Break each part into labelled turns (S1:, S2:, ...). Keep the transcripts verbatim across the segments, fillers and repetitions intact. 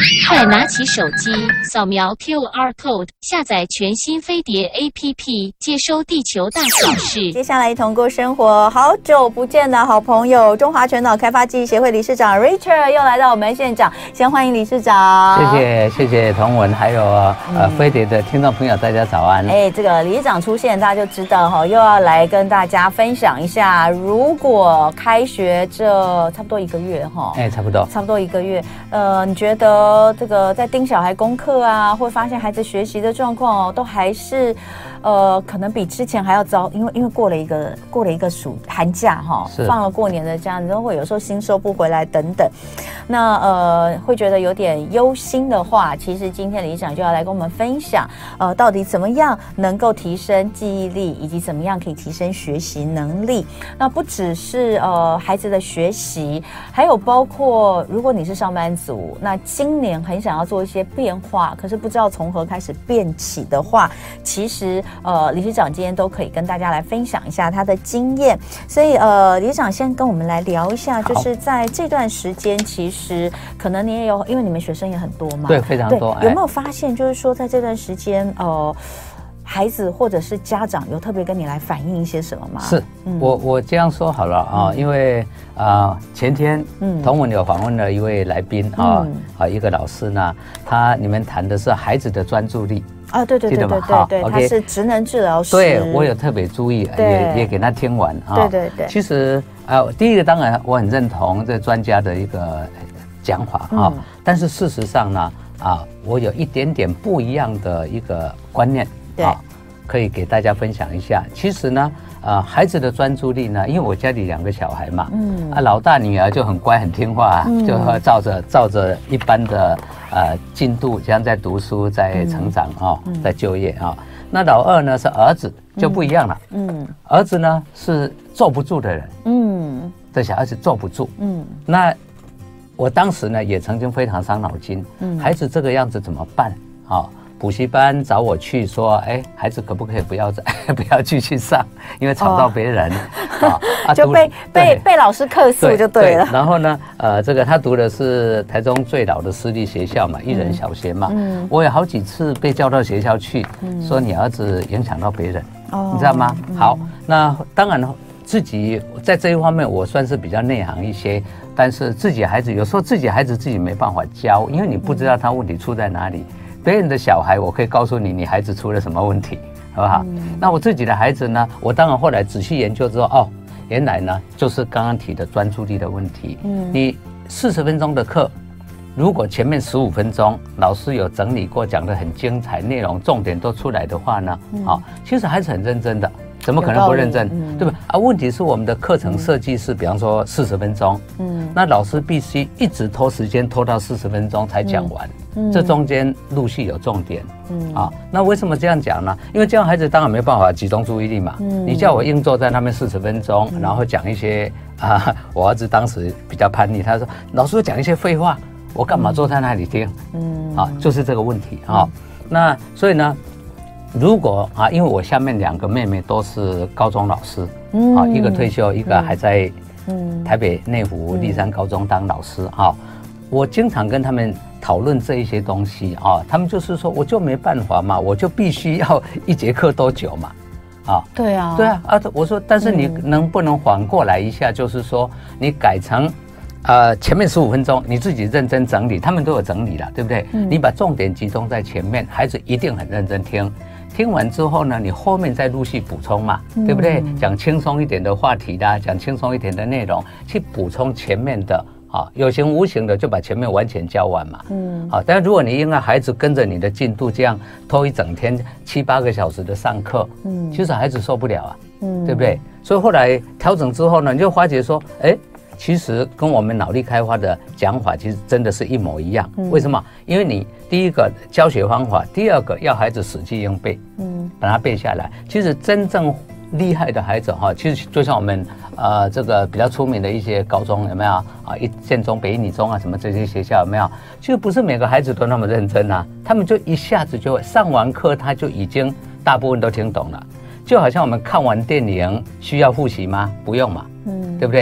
S1: 快拿起手机，扫描 Q R code， 下载全新飞碟 A P P， 接收地球大小事。
S2: 接下来一同过生活，好久不见的好朋友，中华全脑开发暨协会理事长 Richard 又来到我们现场，先欢迎理事长。
S3: 谢谢谢谢童文，还有呃飞碟的听众朋友，大家早安。
S2: 哎，这个理事长出现，大家就知道哈，又要来跟大家分享一下，如果开学这差不多一个月哈，
S3: 哎，差不多
S2: 差不多一个月，呃，你觉得这个在盯小孩功课啊，会发现孩子学习的状况哦，都还是呃，可能比之前还要糟，因为因为过了一个过了一个暑寒假哈，放了过年的假，你都会有时候心收不回来等等，那呃会觉得有点忧心的话，其实今天理事长就要来跟我们分享，呃，到底怎么样能够提升记忆力，以及怎么样可以提升学习能力。那不只是呃孩子的学习，还有包括如果你是上班族，那今年很想要做一些变化，可是不知道从何开始变起的话，其实呃理事长今天都可以跟大家来分享一下他的经验。所以呃理事长先跟我们来聊一下，就是在这段时间，其实可能你也有，因为你们学生也很多嘛，
S3: 对，非常多。
S2: 有没有发现就是说在这段时间呃孩子或者是家长有特别跟你来反映一些什么吗？
S3: 是、嗯、我我这样说好了啊、嗯，因为啊、呃、前天童文有访问了一位来宾啊、嗯、啊一个老师呢，他你们谈的是孩子的专注力
S2: 啊，对对对对对对，他是职能治疗师，
S3: 对我有特别注意，也也给他听完啊。
S2: 对对对，
S3: 其实啊、呃，第一个当然我很认同这专家的一个讲法啊、嗯，但是事实上呢啊，我有一点点不一样的一个观念。
S2: 对、
S3: 啊，可以给大家分享一下。其实呢，呃，孩子的专注力呢，因为我家里两个小孩嘛，嗯，啊，老大女儿就很乖很听话，嗯、就照着照着一般的呃进度，这样在读书，在成长啊、哦嗯，在就业啊、哦。那老二呢是儿子，就不一样了，嗯，儿子呢是坐不住的人，嗯，这小孩子坐不住，嗯，那我当时呢也曾经非常伤脑筋，嗯，孩子这个样子怎么办啊？哦补习班找我去说，哎，孩子可不可以不要再不要继续上，因为吵到别人，
S2: 哦啊、就被被被老师客诉就对了。
S3: 对然后呢，呃，这个他读的是台中最老的私立学校嘛，一人小学嘛，嗯、我有好几次被叫到学校去，嗯、说你儿子影响到别人，哦、你知道吗？嗯、好，那当然自己在这一方面我算是比较内行一些，但是自己孩子有时候自己孩子自己没办法教，因为你不知道他问题出在哪里。别人的小孩，我可以告诉你，你孩子出了什么问题，好不好？嗯、那我自己的孩子呢？我当然后来仔细研究之后，哦，原来呢就是刚刚提的专注力的问题。嗯，你四十分钟的课，如果前面十五分钟老师有整理过，讲得很精彩，内容重点都出来的话呢，嗯、哦，其实孩子很认真的。怎么可能不认真，嗯、对吧？啊，问题是我们的课程设计是，比方说四十分钟，嗯，那老师必须一直拖时间，拖到四十分钟才讲完，嗯，这中间陆续有重点，嗯啊，那为什么这样讲呢？因为这样孩子当然没办法集中注意力嘛，嗯，你叫我硬坐在那边四十分钟，嗯、然后讲一些啊，我儿子当时比较叛逆，他说老师讲一些废话，我干嘛坐在那里听？嗯，啊，就是这个问题啊，那所以呢？如果啊，因为我下面两个妹妹都是高中老师，嗯，啊，一个退休，一个还在台北内湖立山高中当老师啊。我经常跟他们讨论这一些东西啊，他们就是说，我就没办法嘛，我就必须要一节课多久嘛，啊，
S2: 对啊，
S3: 对啊，啊，我说，但是你能不能缓过来一下，就是说你改成。呃，前面十五分钟你自己认真整理，他们都有整理了，对不对？嗯、你把重点集中在前面，孩子一定很认真听。听完之后呢，你后面再陆续补充嘛，嗯、对不对？讲轻松一点的话题啦，讲轻松一点的内容，去补充前面的啊，有形无形的就把前面完全教完嘛。嗯，好，但是如果你因为孩子跟着你的进度这样拖一整天七八个小时的上课，嗯，其实孩子受不了啊，嗯，对不对？所以后来调整之后呢，你就发觉说，哎。其实跟我们脑力开发的讲法其实真的是一模一样。嗯、为什么？因为你第一个教学方法，第二个要孩子死记硬背，嗯，把它背下来。其实真正厉害的孩子哈，其实就像我们呃这个比较出名的一些高中有没有啊？一建中、北一女中啊什么这些学校有没有？其实不是每个孩子都那么认真啊，他们就一下子就会上完课他就已经大部分都听懂了。就好像我们看完电影需要复习吗？不用嘛，嗯，对不对？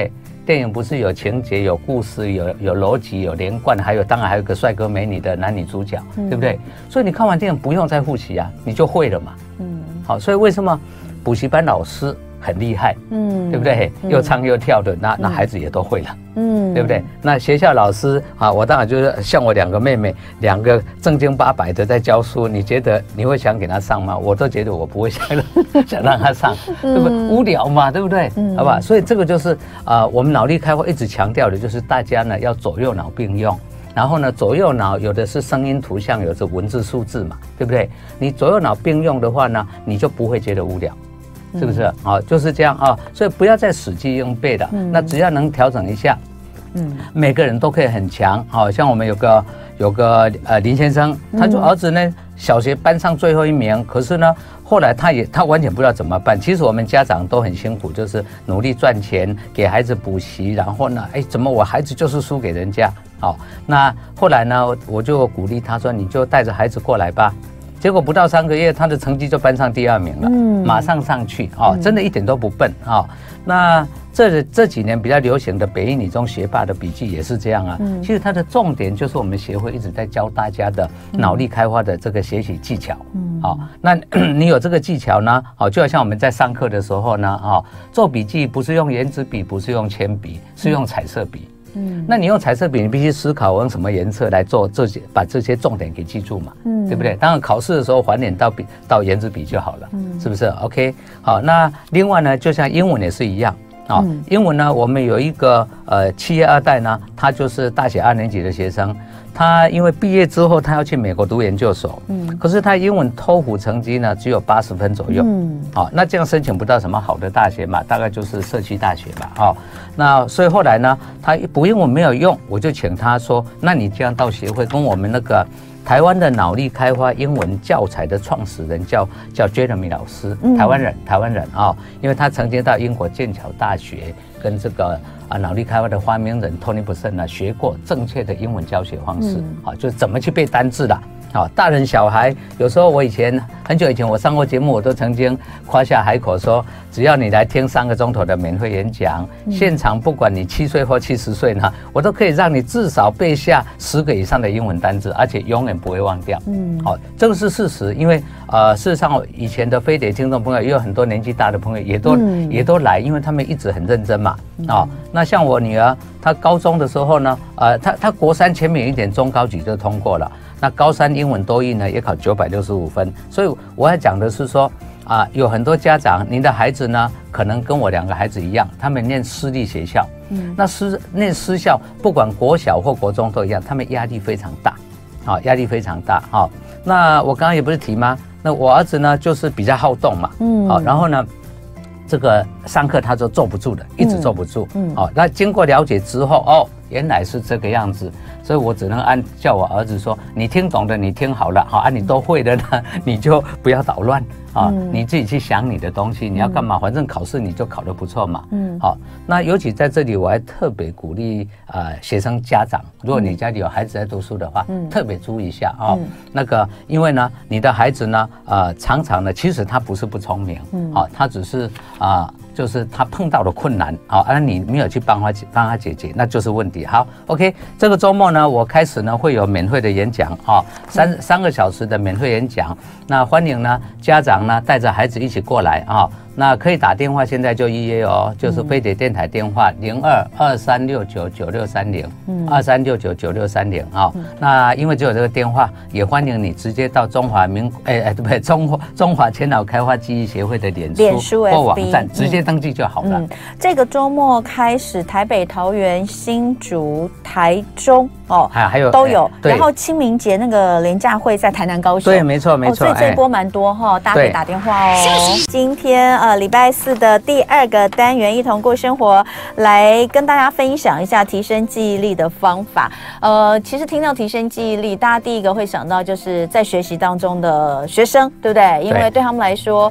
S3: 电影不是有情节、有故事、有有逻辑、有连贯，还有当然还有个帅哥美女的男女主角，嗯、对不对？所以你看完电影不用再复习啊，你就会了嘛。嗯，好，所以为什么补习班老师很厉害？嗯，对不对？嗯、又唱又跳的，那那孩子也都会了。嗯，对不对？那学校老师啊，我当然就是像我两个妹妹，两个正经八百的在教书，你觉得你会想给她上吗？我都觉得我不会想想让她上，对不对？嗯、无聊嘛，对不对？嗯、好吧，所以这个就是啊、呃，我们脑力开发一直强调的就是大家呢要左右脑并用。然后呢，左右脑有的是声音、图像，有的是文字、数字嘛，对不对？你左右脑并用的话呢，你就不会觉得无聊。是不是啊、嗯哦？就是这样啊、哦，所以不要再死记硬背的，嗯、那只要能调整一下，嗯，每个人都可以很强。好、哦、像我们有个有个呃林先生，他就儿子呢小学班上最后一名，可是呢后来他也他完全不知道怎么办。其实我们家长都很辛苦，就是努力赚钱给孩子补习，然后呢，哎，怎么我孩子就是输给人家？好、哦，那后来呢，我就鼓励他说，你就带着孩子过来吧。结果不到三个月，他的成绩就班上第二名了，嗯、马上上去哦，真的一点都不笨啊、哦。那这这几年比较流行的北一女中学霸的笔记也是这样啊。嗯、其实它的重点就是我们协会一直在教大家的脑力开发的这个学习技巧。嗯，好、哦，那你有这个技巧呢，好、哦，就好像我们在上课的时候呢，哦，做笔记不是用圆珠笔，不是用铅笔，是用彩色笔。嗯，那你用彩色笔，你必须思考我用什么颜色来做这些，把这些重点给记住嘛，嗯，对不对？当然考试的时候还原到笔到圆珠笔就好了，嗯，是不是 ？OK， 好，那另外呢，就像英文也是一样啊、哦，嗯、英文呢，我们有一个呃企业二代呢，他就是大学二年级的学生，他因为毕业之后他要去美国读研究所，嗯，可是他英文托福成绩呢只有八十分左右，嗯，好、哦，那这样申请不到什么好的大学嘛，大概就是社区大学吧，哦。那所以后来呢，他补英文没有用，我就请他说，那你这样到协会跟我们那个台湾的脑力开发英文教材的创始人叫叫 Jeremy 老师，台湾人，台湾人啊、哦，因为他曾经到英国剑桥大学跟这个啊脑力开发的发明人 Tony Buzan 呢学过正确的英文教学方式，啊、嗯，就是怎么去背单字啦。好，大人小孩，有时候我以前很久以前我上过节目，我都曾经夸下海口说，只要你来听三个钟头的免费演讲，嗯、现场不管你七岁或七十岁呢，我都可以让你至少背下十个以上的英文单字，而且永远不会忘掉。嗯，好、哦，这个是事实，因为呃，事实上以前的飞碟听众朋友也有很多年纪大的朋友也都、嗯、也都来，因为他们一直很认真嘛。啊、哦，那像我女儿，她高中的时候呢，呃，她她国三前面一点，中高级就通过了。那高三英文多益呢也考九百六十五分，所以我要讲的是说啊，有很多家长，您的孩子呢可能跟我两个孩子一样，他们念私立学校，嗯，那私念私校，不管国小或国中都一样，他们压力非常大，啊，压力非常大，哈、哦。那我刚刚也不是提吗？那我儿子呢就是比较好动嘛，嗯，好、哦，然后呢，这个上课他就坐不住的，一直坐不住，嗯，好、哦，那经过了解之后，哦，原来是这个样子。所以我只能按叫我儿子说，你听懂的你听好了，好啊，你都会的呢，你就不要捣乱啊，嗯、你自己去想你的东西，你要干嘛？反正考试你就考得不错嘛，嗯，好，那尤其在这里我还特别鼓励呃学生家长，如果你家里有孩子在读书的话，嗯，特别注意一下啊、哦，嗯、那个因为呢，你的孩子呢，呃，常常呢，其实他不是不聪明，嗯，好、哦，他只是啊。呃就是他碰到了困难，好，而你没有去帮他帮他解决，那就是问题。好 ，OK， 这个周末呢，我开始呢会有免费的演讲，啊，三三个小时的免费演讲，那欢迎呢家长呢带着孩子一起过来啊。那可以打电话，现在就预约哦，就是飞碟电台电话零二二三六九九六三零，二三六九九六三零啊。那因为只有这个电话，也欢迎你直接到中华民哎哎对不对？中华中华前脑开发记忆协会的脸书, 脸书或网站、嗯、直接登记就好了、嗯。
S2: 这个周末开始，台北、桃园、新竹、台中哦，还还有都有。然后清明节那个连假会在台南、高雄。
S3: 对，没错没错、
S2: 哦。所以这一波蛮多哈、哦，大家可以打电话哦。今天。呃，礼拜四的第二个单元，一同过生活，来跟大家分享一下提升记忆力的方法。呃，其实听到提升记忆力，大家第一个会想到就是在学习当中的学生，对不对？因为对他们来说，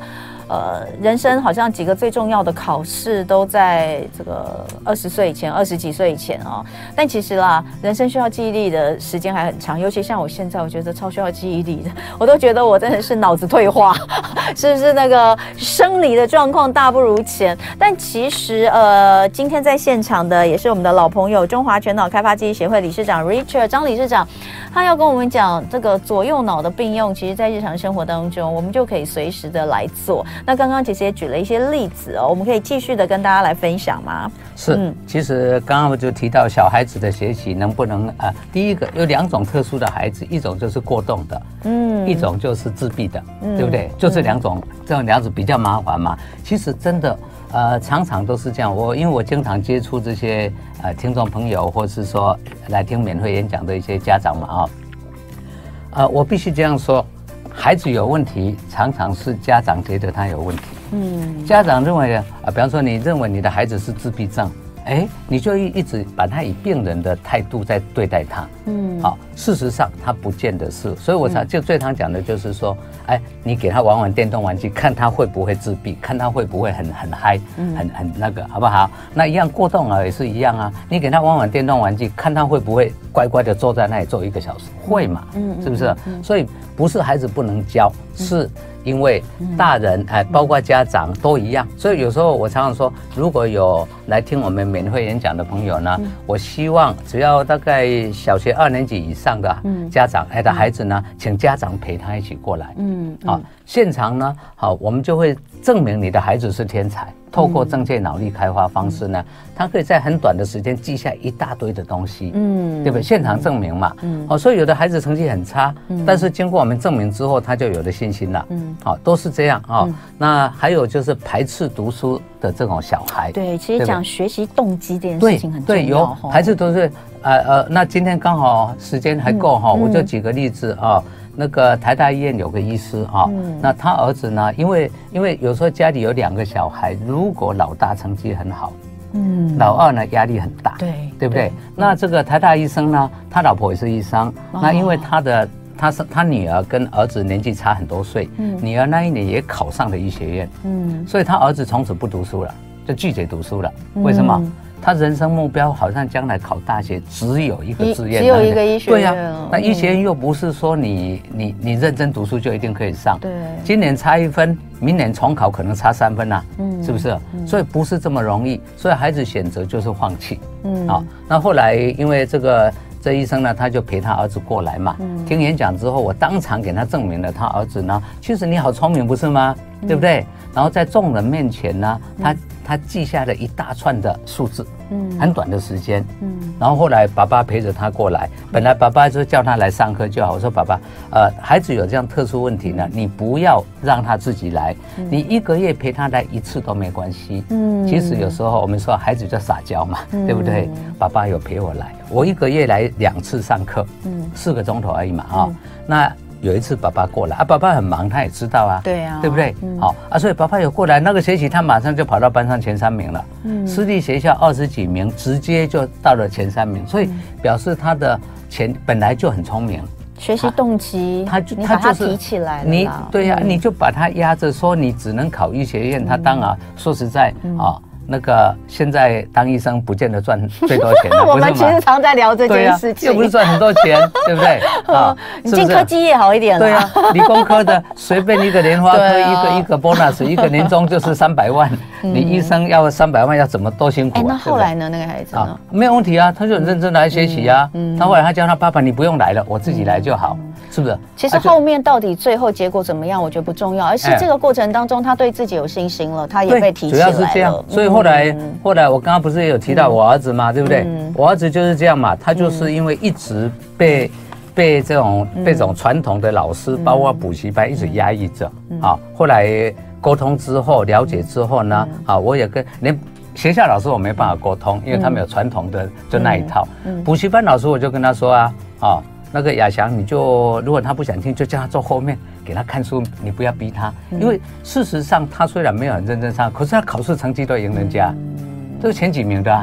S2: 呃，人生好像几个最重要的考试都在这个二十岁以前、二十几岁以前哦。但其实啦，人生需要记忆力的时间还很长，尤其像我现在，我觉得超需要记忆力的。我都觉得我真的是脑子退化，是不是那个生理的状况大不如前？但其实呃，今天在现场的也是我们的老朋友，中华全脑开发记忆协会理事长 Richard 张理事长，他要跟我们讲这个左右脑的并用，其实在日常生活当中，我们就可以随时的来做。那刚刚其实也举了一些例子哦，我们可以继续的跟大家来分享吗？
S3: 是，嗯、其实刚刚我就提到小孩子的学习能不能啊、呃，第一个有两种特殊的孩子，一种就是过动的，嗯，一种就是自闭的，嗯、对不对？就这两种，嗯、这种两种比较麻烦嘛。其实真的。呃，常常都是这样。我因为我经常接触这些呃听众朋友，或是说来听免费演讲的一些家长嘛，啊、哦，呃，我必须这样说，孩子有问题，常常是家长觉得他有问题。嗯，家长认为啊、呃，比方说你认为你的孩子是自闭症，哎，你就一一直把他以病人的态度在对待他。嗯，好、哦，事实上他不见得是，所以我常就最常讲的就是说。哎，你给他玩玩电动玩具，看他会不会自闭，看他会不会很很嗨，很很那个，好不好？那一样过动儿也是一样啊。你给他玩玩电动玩具，看他会不会乖乖的坐在那里坐一个小时，会嘛？是不是？所以不是孩子不能教，是因为大人哎，包括家长都一样。所以有时候我常常说，如果有来听我们免费演讲的朋友呢，我希望只要大概小学二年级以上的家长哎的孩子呢，请家长陪他一起过来。嗯。好、哦，现场呢，好，我们就会证明你的孩子是天才。透过正确脑力开发方式呢，他可以在很短的时间记下一大堆的东西，嗯，对不对？现场证明嘛，嗯，哦，所以有的孩子成绩很差，嗯，但是经过我们证明之后，他就有了信心了，嗯，好、哦，都是这样啊、哦嗯。那还有就是排斥读书的这种小孩，
S2: 对，其实讲学习动机这件事情很重要，
S3: 对，有排斥都是，呃呃，那今天刚好时间还够哈、嗯，我就举个例子啊。哦那个台大医院有个医师啊、哦嗯，那他儿子呢，因为因为有时候家里有两个小孩，如果老大成绩很好，嗯，老二呢压力很大，对，对不对？对那这个台大医生呢，他老婆也是医生，哦、那因为他的他是他女儿跟儿子年纪差很多岁，嗯，女儿那一年也考上了医学院，嗯，所以他儿子从此不读书了，就拒绝读书了，嗯、为什么？他人生目标好像将来考大学只有一个志愿，
S2: 只有一个医学院。对呀、
S3: 啊，那医学院又不是说你你你认真读书就一定可以上。对，今年差一分，明年重考可能差三分啊，嗯，是不是？嗯、所以不是这么容易，所以孩子选择就是放弃。嗯，好、哦，那后来因为这个这医生呢，他就陪他儿子过来嘛，嗯、听演讲之后，我当场给他证明了他儿子呢，其实你好聪明不是吗？嗯、对不对？然后在众人面前呢，他、嗯、他记下了一大串的数字，嗯，很短的时间，嗯，然后后来爸爸陪着他过来，本来爸爸就叫他来上课就好，我说爸爸，呃，孩子有这样特殊问题呢，你不要让他自己来，嗯、你一个月陪他来一次都没关系，嗯，其实有时候我们说孩子叫撒娇嘛，嗯、对不对？爸爸有陪我来，我一个月来两次上课，嗯，四个钟头而已嘛，啊、哦，嗯、那。有一次爸爸过来啊，爸爸很忙，他也知道啊，
S2: 对啊，
S3: 对不对？嗯、好啊，所以爸爸有过来，那个学期他马上就跑到班上前三名了。嗯，私立学校二十几名，直接就到了前三名，所以表示他的前本来就很聪明，
S2: 学习动机，
S3: 他就
S2: 他就是提起来了，
S3: 你对呀、啊，嗯、你就把他压着说你只能考医学院，他当然说实在啊。嗯哦那个现在当医生不见得赚最多钱的，
S2: 我们其实常在聊这件事情，
S3: 又不是赚很多钱，对不对？
S2: 啊，你进科技业好一点了。
S3: 对啊，理工科的随便一个莲花科，一个一个 bonus， 一个年终就是三百万。你医生要三百万，要怎么多辛苦啊？
S2: 那后来呢？那个孩子呢？
S3: 没有问题啊，他就很认真来学习啊。他后来他叫他爸爸，你不用来了，我自己来就好。是不是？
S2: 其实后面到底最后结果怎么样，我觉得不重要，而是这个过程当中，他对自己有信心了，他也被提起来了。
S3: 主要是这样，所以后来后来我刚刚不是也有提到我儿子嘛，对不对？我儿子就是这样嘛，他就是因为一直被被这种被这种传统的老师，包括补习班一直压抑着啊。后来沟通之后，了解之后呢，啊，我也跟连学校老师我没办法沟通，因为他们有传统的就那一套。补习班老师我就跟他说啊，啊。那个亚翔，你就如果他不想听，就叫他坐后面，给他看书，你不要逼他，因为事实上他虽然没有很认真上，可是他考试成绩都赢人家，都是前几名的啊。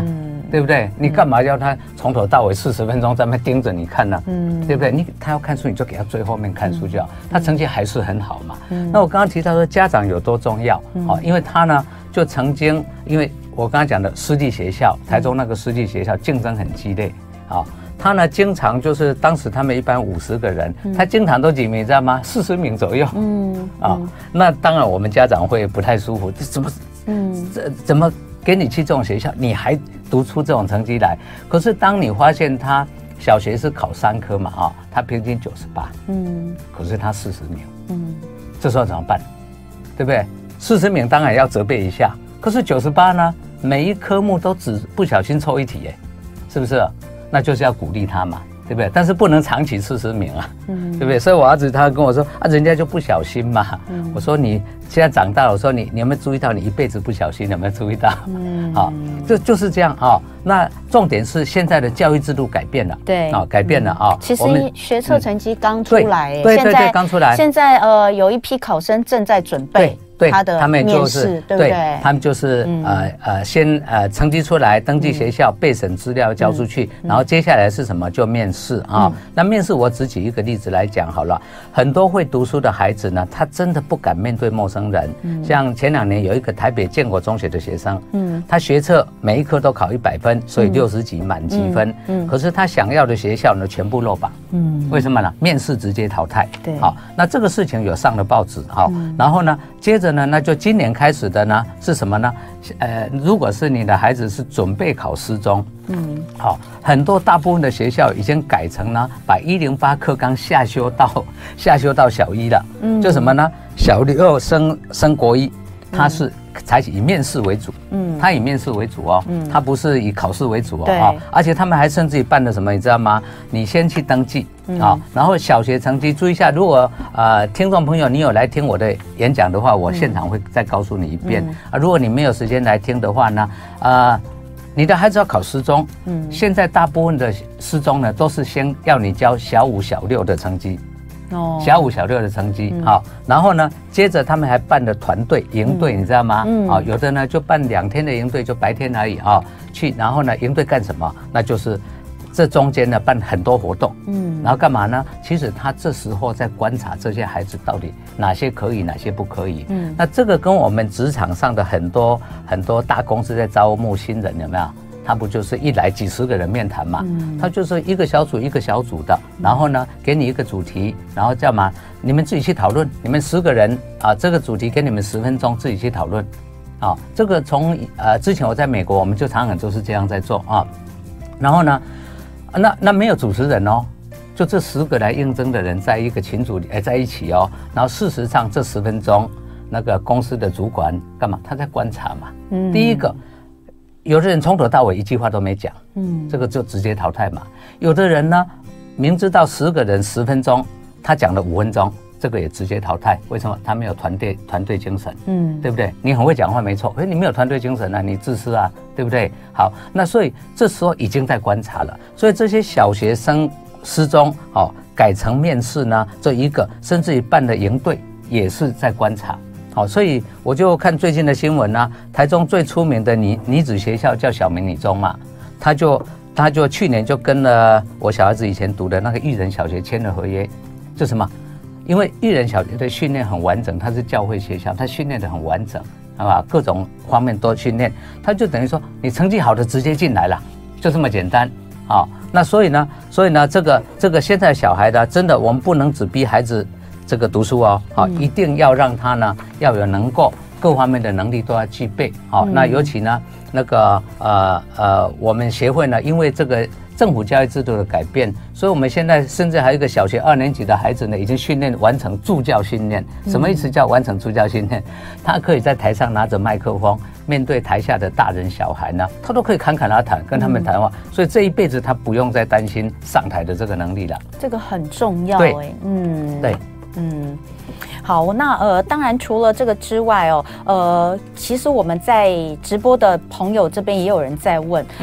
S3: 对不对？你干嘛要他从头到尾四十分钟在那边盯着你看呢？嗯，对不对？你他要看书，你就给他最后面看书就好，嗯、他成绩还是很好嘛。嗯、那我刚刚提到说家长有多重要，嗯、哦，因为他呢就曾经，因为我刚刚讲的私立学校，台中那个私立学校竞争很激烈，啊、哦。他呢，经常就是当时他们一般五十个人，嗯、他经常都几名，你知道吗？四十名左右。嗯啊，嗯那当然我们家长会不太舒服，这怎么，嗯，这怎么给你去这种学校，你还读出这种成绩来？可是当你发现他小学是考三科嘛，啊、哦，他平均九十八，嗯，可是他四十名，嗯，这时候怎么办？对不对？四十名当然要责备一下，可是九十八呢，每一科目都只不小心抽一题，耶，是不是？那就是要鼓励他嘛，对不对？但是不能长期四十名啊，嗯、对不对？所以我儿子他跟我说啊，人家就不小心嘛。嗯、我说你现在长大了，我说你你有没有注意到你一辈子不小心有没有注意到？嗯，好，就就是这样啊、哦。那重点是现在的教育制度改变了，
S2: 对
S3: 啊、哦，改变了啊。
S2: 嗯、其实学测成绩刚出来，
S3: 嗯、对对对，刚出来。
S2: 现在呃有一批考生正在准备。
S3: 对，
S2: 他的面试，就是、对不对？
S3: 对他们就是、嗯、呃呃，先呃成绩出来，登记学校，嗯、备审资料交出去，嗯、然后接下来是什么？就面试啊。嗯、那面试我只举一个例子来讲好了。很多会读书的孩子呢，他真的不敢面对陌生人。嗯、像前两年有一个台北建国中学的学生，嗯，他学测每一科都考一百分，所以六十几满积分。嗯，嗯可是他想要的学校呢，全部落榜。嗯，为什么呢？面试直接淘汰。
S2: 对，
S3: 好，那这个事情有上了报纸哈。嗯、然后呢，接着。那就今年开始的呢是什么呢？呃，如果是你的孩子是准备考师中，嗯，好、哦，很多大部分的学校已经改成呢，把一零八课纲下修到下修到小一了，嗯，就什么呢？小六升升国一，它是采取以面试为主，嗯，它以面试为主哦，嗯，它不是以考试为主哦，
S2: 对，
S3: 而且他们还甚至于办了什么，你知道吗？你先去登记。啊、哦，然后小学成绩注意一下，如果呃听众朋友你有来听我的演讲的话，我现场会再告诉你一遍、嗯、啊。如果你没有时间来听的话呢，呃，你的孩子要考师中，嗯，现在大部分的师中呢都是先要你交小五小六的成绩，哦，小五小六的成绩，好、嗯哦，然后呢，接着他们还办了团队营队，嗯、你知道吗？嗯，啊、哦，有的呢就办两天的营队，就白天而已啊、哦，去，然后呢营队干什么？那就是。这中间呢办很多活动，嗯，然后干嘛呢？其实他这时候在观察这些孩子到底哪些可以，哪些不可以，嗯，那这个跟我们职场上的很多很多大公司在招募新人有没有？他不就是一来几十个人面谈嘛，嗯，他就是一个小组一个小组的，然后呢给你一个主题，然后叫嘛你们自己去讨论，你们十个人啊，这个主题给你们十分钟自己去讨论，啊，这个从呃之前我在美国我们就常常都是这样在做啊，然后呢。那那没有主持人哦，就这十个来应征的人在一个群组里，哎，在一起哦。然后事实上这十分钟，那个公司的主管干嘛？他在观察嘛。嗯。第一个，有的人从头到尾一句话都没讲，嗯，这个就直接淘汰嘛。有的人呢，明知道十个人十分钟，他讲了五分钟，这个也直接淘汰。为什么？他没有团队团队精神，嗯，对不对？你很会讲话没错，哎，你没有团队精神啊，你自私啊。对不对？好，那所以这时候已经在观察了，所以这些小学生师中哦改成面试呢，这一个甚至于办的营队也是在观察。好、哦，所以我就看最近的新闻啊，台中最出名的女女子学校叫小明女中嘛，他就他就去年就跟了我小孩子以前读的那个育人小学签了合约，就什么？因为育人小学的训练很完整，它是教会学校，它训练的很完整。啊，各种方面都训练，他就等于说你成绩好的直接进来了，就这么简单啊。那所以呢，所以呢，这个这个现在小孩呢，真的我们不能只逼孩子这个读书哦，好、嗯，一定要让他呢要有能够各方面的能力都要具备。好、嗯，那尤其呢，那个呃呃，我们协会呢，因为这个。政府教育制度的改变，所以我们现在甚至还有一个小学二年级的孩子呢，已经训练完成助教训练。什么意思叫完成助教训练？他可以在台上拿着麦克风，面对台下的大人小孩呢，他都可以侃侃而谈，跟他们谈话。所以这一辈子他不用再担心上台的这个能力了。
S2: 这个很重要哎、欸，嗯，
S3: 对，
S2: 嗯。好，那呃，当然除了这个之外哦，呃，其实我们在直播的朋友这边也有人在问，嗯，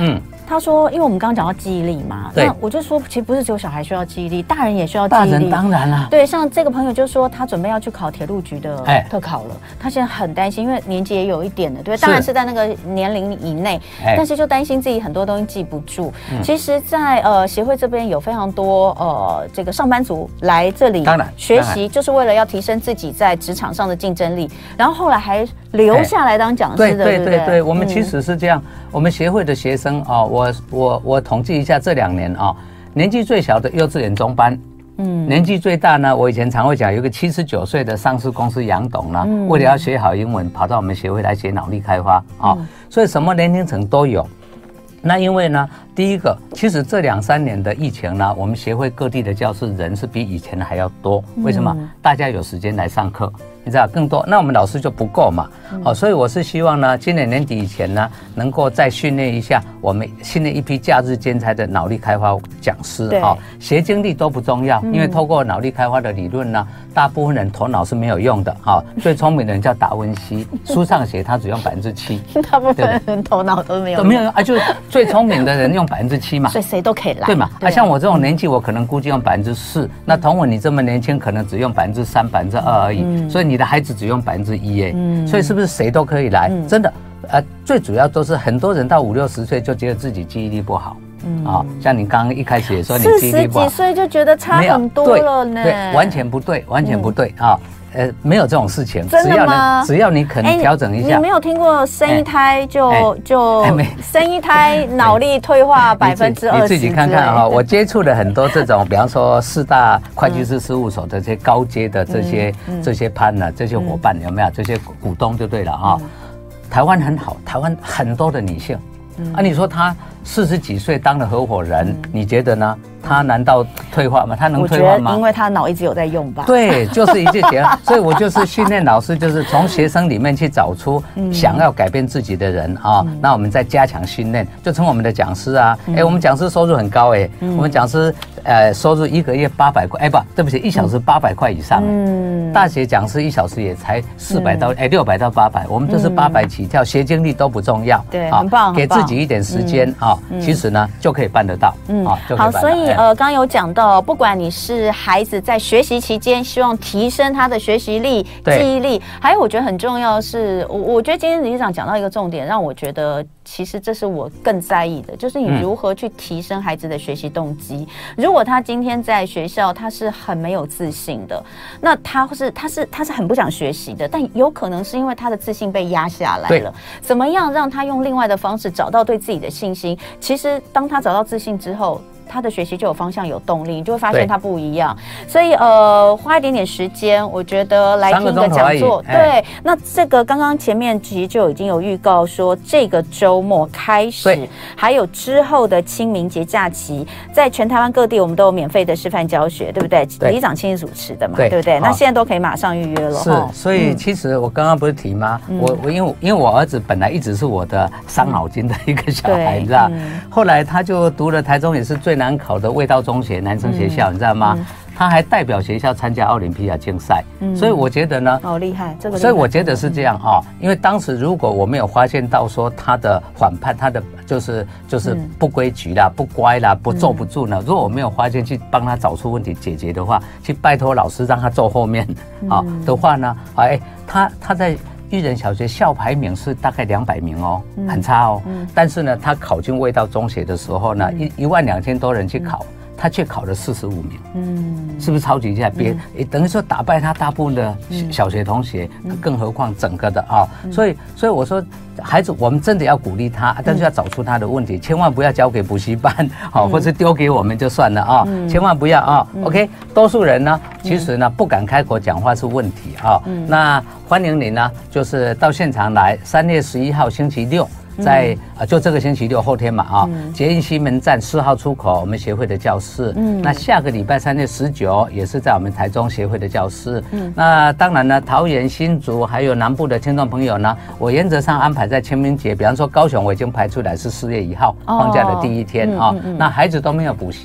S2: 他说，因为我们刚刚讲到记忆力嘛，
S3: 对，
S2: 那我就说，其实不是只有小孩需要记忆力，大人也需要记忆力。
S3: 大人当然啦，
S2: 对，像这个朋友就说，他准备要去考铁路局的特考了，哎、他现在很担心，因为年纪也有一点的，对，当然是在那个年龄以内，哎、但是就担心自己很多东西记不住。嗯、其实在，在呃协会这边有非常多呃这个上班族来这里学习，就是为了要提升自己在职场上的竞争力，然后后来还留下来当讲师的，
S3: 哎、对对
S2: 对
S3: 对 对, 对，我们其实是这样，嗯、我们协会的学生啊、哦，我我我统计一下这两年啊、哦，年纪最小的幼稚园中班。嗯，年纪最大呢，我以前常会讲，有一个七十九岁的上市公司杨董呢，嗯、为了要学好英文，跑到我们协会来学脑力开发啊、哦，嗯、所以什么年龄层都有。那因为呢，第一个，其实这两三年的疫情呢，我们协会各地的教室人是比以前还要多。为什么？嗯、大家有时间来上课，你知道更多，那我们老师就不够嘛。嗯、哦，所以我是希望呢，今年年底以前呢，能够再训练一下我们训练一批假日兼差的脑力开发讲师。哦，学经历都不重要，因为透过脑力开发的理论呢，大部分人头脑是没有用的。哈、哦，最聪明的人叫达文西，书上写他只用百分之七，
S2: 大部分人头脑都没有
S3: 都没有用啊，就最聪明的人用百分之七嘛，
S2: 所以谁都可以来，
S3: 对嘛？啊，像我这种年纪，我可能估计用百分之四，那同文你这么年轻，可能只用百分之三、百分之二而已，嗯、所以你的孩子只用百分之一耶，嗯、所以是不是谁都可以来？嗯、真的，呃，最主要都是很多人到五六十岁就觉得自己记忆力不好。嗯、哦，像你刚刚一开始也说你记忆力不好，
S2: 四十几岁就觉得差很多了呢，
S3: 对，对，完全不对，完全不对啊。嗯呃，没有这种事情，
S2: 真的吗？
S3: 只要你肯调整一下。
S2: 你没有听过生一胎就、欸、就、欸、生一胎脑力退化百分之二十？
S3: 你自己看看哈、哦，我接触了很多这种，比方说四大会计师事务所的这些高阶的这些、嗯、这些班呢，这些伙伴有没有？这些股东就对了啊、哦。嗯、台湾很好，台湾很多的女性，嗯、啊，你说她四十几岁当了合伙人，嗯、你觉得呢？他难道退化吗？他能退化吗？
S2: 我觉得因为他脑一直有在用吧。
S3: 对，就是一句结论。所以我就是训练老师，就是从学生里面去找出想要改变自己的人啊。嗯、那我们再加强训练，就从我们的讲师啊，哎、嗯，我们讲师收入很高哎，嗯、我们讲师呃收入一个月八百块，哎不，对不起，一小时八百块以上。嗯，大学讲师一小时也才四百到哎六百到八百，我们都是八百起跳，嗯、学经历都不重要。
S2: 对，很棒，
S3: 给自己一点时间啊，嗯、其实呢就可以办得到。嗯，啊，就可以办得到。
S2: 好，所以。呃，刚刚有讲到，不管你是孩子在学习期间，希望提升他的学习力、记忆力，还有我觉得很重要的是，我我觉得今天理事长讲到一个重点，让我觉得其实这是我更在意的，就是你如何去提升孩子的学习动机。嗯、如果他今天在学校他是很没有自信的，那他是他是他是很不想学习的，但有可能是因为他的自信被压下来了。怎么样让他用另外的方式找到对自己的信心？其实当他找到自信之后，他的学习就有方向有动力，你就会发现他不一样。所以呃，花一点点时间，我觉得来听一个讲座。对，哎、那这个刚刚前面其实就已经有预告说，这个周末开始，还有之后的清明节假期，在全台湾各地我们都有免费的示范教学，对不对？对，理事长亲自主持的嘛， 对, 对不对？那现在都可以马上预约了。
S3: 是，所以其实我刚刚不是提吗？嗯、我我因为因为我儿子本来一直是我的伤脑筋的一个小孩，嗯、你知道，嗯、后来他就读了台中也是最难考的味道中学男生学校，嗯、你知道吗？嗯、他还代表学校参加奥林匹亚竞赛，嗯、所以我觉得呢，
S2: 好厉害，这个厉害。
S3: 所以我觉得是这样啊、哦，因为当时如果我没有发现到说他的反叛，他的就是就是不规矩啦、嗯、不乖啦、不坐不住呢，嗯、如果我没有发现去帮他找出问题解决的话，去拜托老师让他坐后面啊、哦嗯、的话呢，哎，他他在。育人小学校排名是大概两百名哦，嗯、很差哦。嗯、但是呢，他考进味道中学的时候呢，一一万两千多人去考，嗯、他却考了四十五名。嗯，是不是超级厉害？别、嗯、等于说打败他大部分的小学同学，嗯、更何况整个的啊、哦。嗯、所以，所以我说，孩子，我们真的要鼓励他，但是要找出他的问题，嗯、千万不要交给补习班，好、哦，嗯、或是丢给我们就算了啊、哦，嗯、千万不要啊。哦嗯、OK， 多数人呢，其实呢不敢开口讲话是问题啊。哦嗯、那欢迎你呢，就是到现场来，三月十一号星期六。在啊，就这个星期六后天嘛啊，捷运西门站四号出口，我们协会的教室。嗯，那下个礼拜三月十九也是在我们台中协会的教室。嗯，那当然呢，桃园、新竹还有南部的听众朋友呢，我原则上安排在清明节，比方说高雄我已经排出来是四月一号放假的第一天啊。那孩子都没有补习嘛，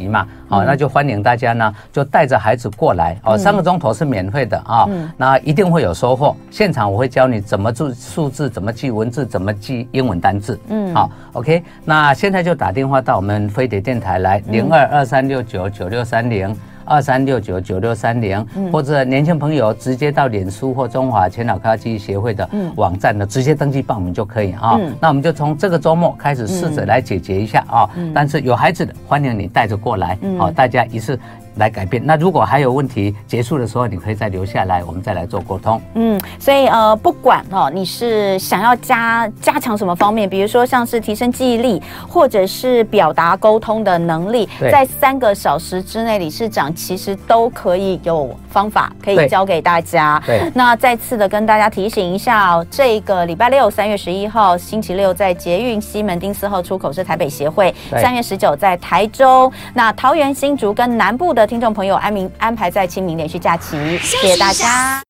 S3: 好，那就欢迎大家呢，就带着孩子过来哦，三个钟头是免费的啊，那一定会有收获。现场我会教你怎么记数字，怎么记文字，怎么记英文单字。嗯，好 ，OK， 那现在就打电话到我们飞碟电台来，零二二三六九九六三零。二三六九九六三零，或者年轻朋友直接到脸书或中华前脑科技协会的网站呢，直接登记报名就可以啊。嗯、那我们就从这个周末开始试着来解决一下啊。嗯、但是有孩子的，欢迎你带着过来，好、嗯，大家一次来改变。那如果还有问题，结束的时候你可以再留下来，我们再来做沟通。
S2: 嗯，所以呃，不管哦，你是想要加加强什么方面，比如说像是提升记忆力，或者是表达沟通的能力，在三个小时之内，理事长其实都可以有方法可以教给大家。对，那再次的跟大家提醒一下哦，这个礼拜六三月十一号星期六在捷运西门町四号出口是台北协会，三月十九在台中，那桃园新竹跟南部的听众朋友安明安排在清明连续假期，谢谢大家。